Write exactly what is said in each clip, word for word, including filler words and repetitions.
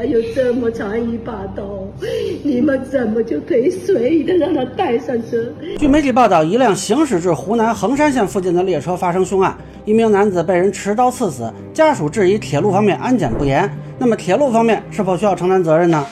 还有这么长一把刀，你们怎么就可以随意的让他带上车？ 据媒体报道，一辆行驶至湖南衡山县附近的列车发生凶案，一名男子被人持刀刺死，家属质疑铁路方面安检不严。那么铁路方面是否需要承担责任呢？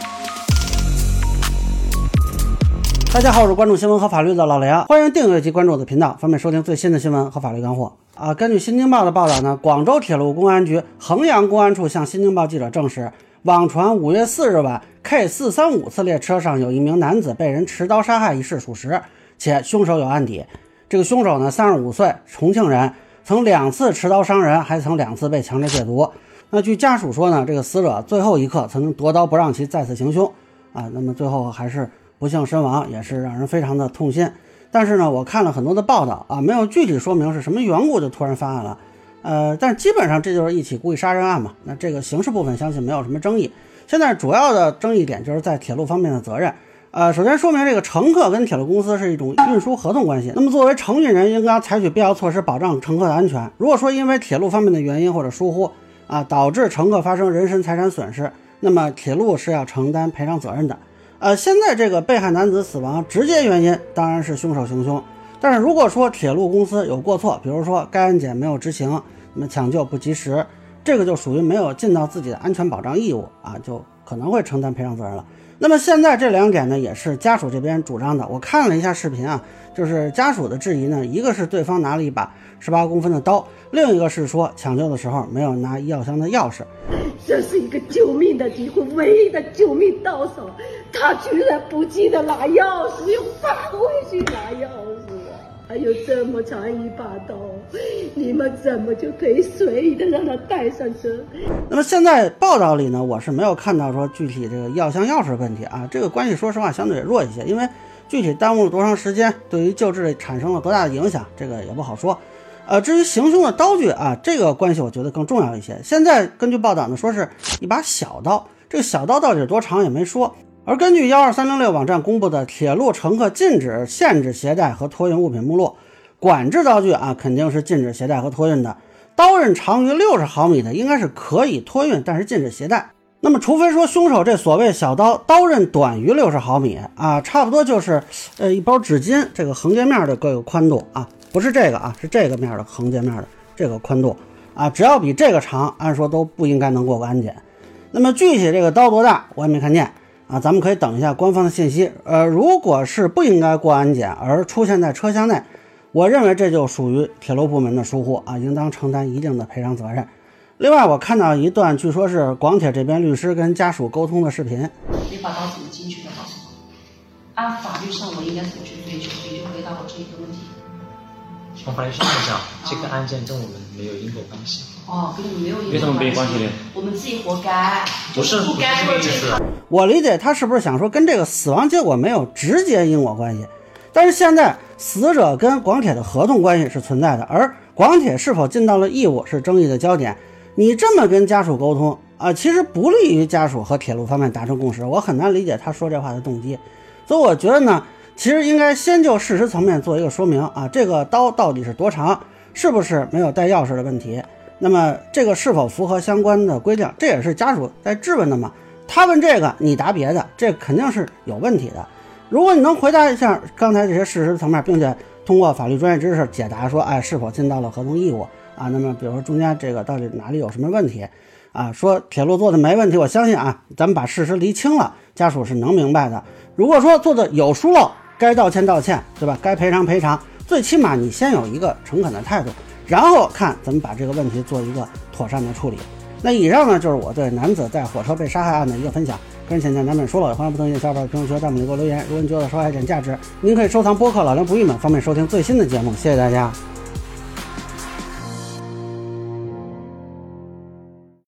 大家好，我是关注新闻和法律的老雷啊，欢迎订阅及关注我的频道，方便收听最新的新闻和法律干货啊。根据新京报的报道呢，广州铁路公安局衡阳公安处向新京报记者证实，网传五月四日晚 K 四三五 次列车上有一名男子被人持刀杀害一事属实，且凶手有案底。这个凶手呢，三十五岁，重庆人，曾两次持刀伤人，还曾两次被强制戒毒。那据家属说呢，这个死者最后一刻曾经夺刀不让其再次行凶啊，那么最后还是不幸身亡，也是让人非常的痛心。但是呢，我看了很多的报道啊，没有具体说明是什么缘故就突然犯案了。呃，但基本上这就是一起故意杀人案嘛。那这个刑事部分相信没有什么争议。现在主要的争议点就是在铁路方面的责任。呃，首先说明这个乘客跟铁路公司是一种运输合同关系。那么作为承运人，应该采取必要措施保障乘客的安全。如果说因为铁路方面的原因或者疏忽啊，导致乘客发生人身财产损失，那么铁路是要承担赔偿责任的。呃，现在这个被害男子死亡直接原因当然是凶手行凶，但是如果说铁路公司有过错，比如说该安检没有执行，那么抢救不及时，这个就属于没有尽到自己的安全保障义务啊，就可能会承担赔偿责任了。那么现在这两点呢，也是家属这边主张的。我看了一下视频啊，就是家属的质疑呢，一个是对方拿了一把十八公分的刀，另一个是说抢救的时候没有拿医药箱的钥匙。 这是一个救命的机会，唯一的救命到手，他居然不记得拿钥匙，又返回去拿钥匙啊！还有这么长一把刀，你们怎么就可以随意的让他带上车？ 那么现在报道里呢，我是没有看到说具体这个药箱钥匙的问题啊，这个关系说实话相对弱一些，因为具体耽误了多长时间，对于救治产生了多大的影响，这个也不好说。呃，至于行凶的刀具啊，这个关系我觉得更重要一些。现在根据报道呢，说是一把小刀，这个小刀到底是多长也没说。而根据一二三零六网站公布的铁路乘客禁止限制携带和托运物品目录，管制刀具啊肯定是禁止携带和托运的。刀刃长于六十毫米的应该是可以托运，但是禁止携带。那么除非说凶手这所谓小刀刀刃短于六十毫米啊，差不多就是呃一包纸巾这个横截面的各有宽度啊，不是这个啊，是这个面的横截面的这个宽度啊，只要比这个长，按说都不应该能过个安检。那么具体这个刀多大我也没看见啊，咱们可以等一下官方的信息。呃，如果是不应该过安检而出现在车厢内，我认为这就属于铁路部门的疏忽啊，应当承担一定的赔偿责任。另外，我看到一段据说是广铁这边律师跟家属沟通的视频。 你把刀怎么进去的告诉我，按法律上我应该怎么去追求，所以就回答我这一个问题。 从法律上来讲，这个案件跟我们没有因果关系。 哦，跟你们没有因果关系。 为什么没关系呢？ 我们自己活该。 不是不该做这个。 我理解他是不是想说跟这个死亡结果没有直接因果关系，但是现在死者跟广铁的合同关系是存在的，而广铁是否尽到了义务是争议的焦点。你这么跟家属沟通啊，其实不利于家属和铁路方面达成共识，我很难理解他说这话的动机。所以我觉得呢，其实应该先就事实层面做一个说明啊，这个刀到底是多长，是不是没有带钥匙的问题，那么这个是否符合相关的规定，这也是家属在质问的嘛。他问这个你答别的，这肯定是有问题的。如果你能回答一下刚才这些事实层面，并且通过法律专业知识解答说，哎，是否尽到了合同义务啊？那么比如说中间这个到底哪里有什么问题啊？说铁路做的没问题，我相信啊，咱们把事实厘清了，家属是能明白的。如果说做的有疏漏，该道歉道歉，对吧？该赔偿赔偿，最起码你先有一个诚恳的态度，然后看怎么把这个问题做一个妥善的处理。那以上呢就是我对男子在火车被杀害案的一个分享。个人浅见难免说了，欢迎不同意的小伙伴评论区弹幕里给我留言。如果你觉得说还有点价值，您可以收藏播客老梁不郁闷，方便收听最新的节目。谢谢大家。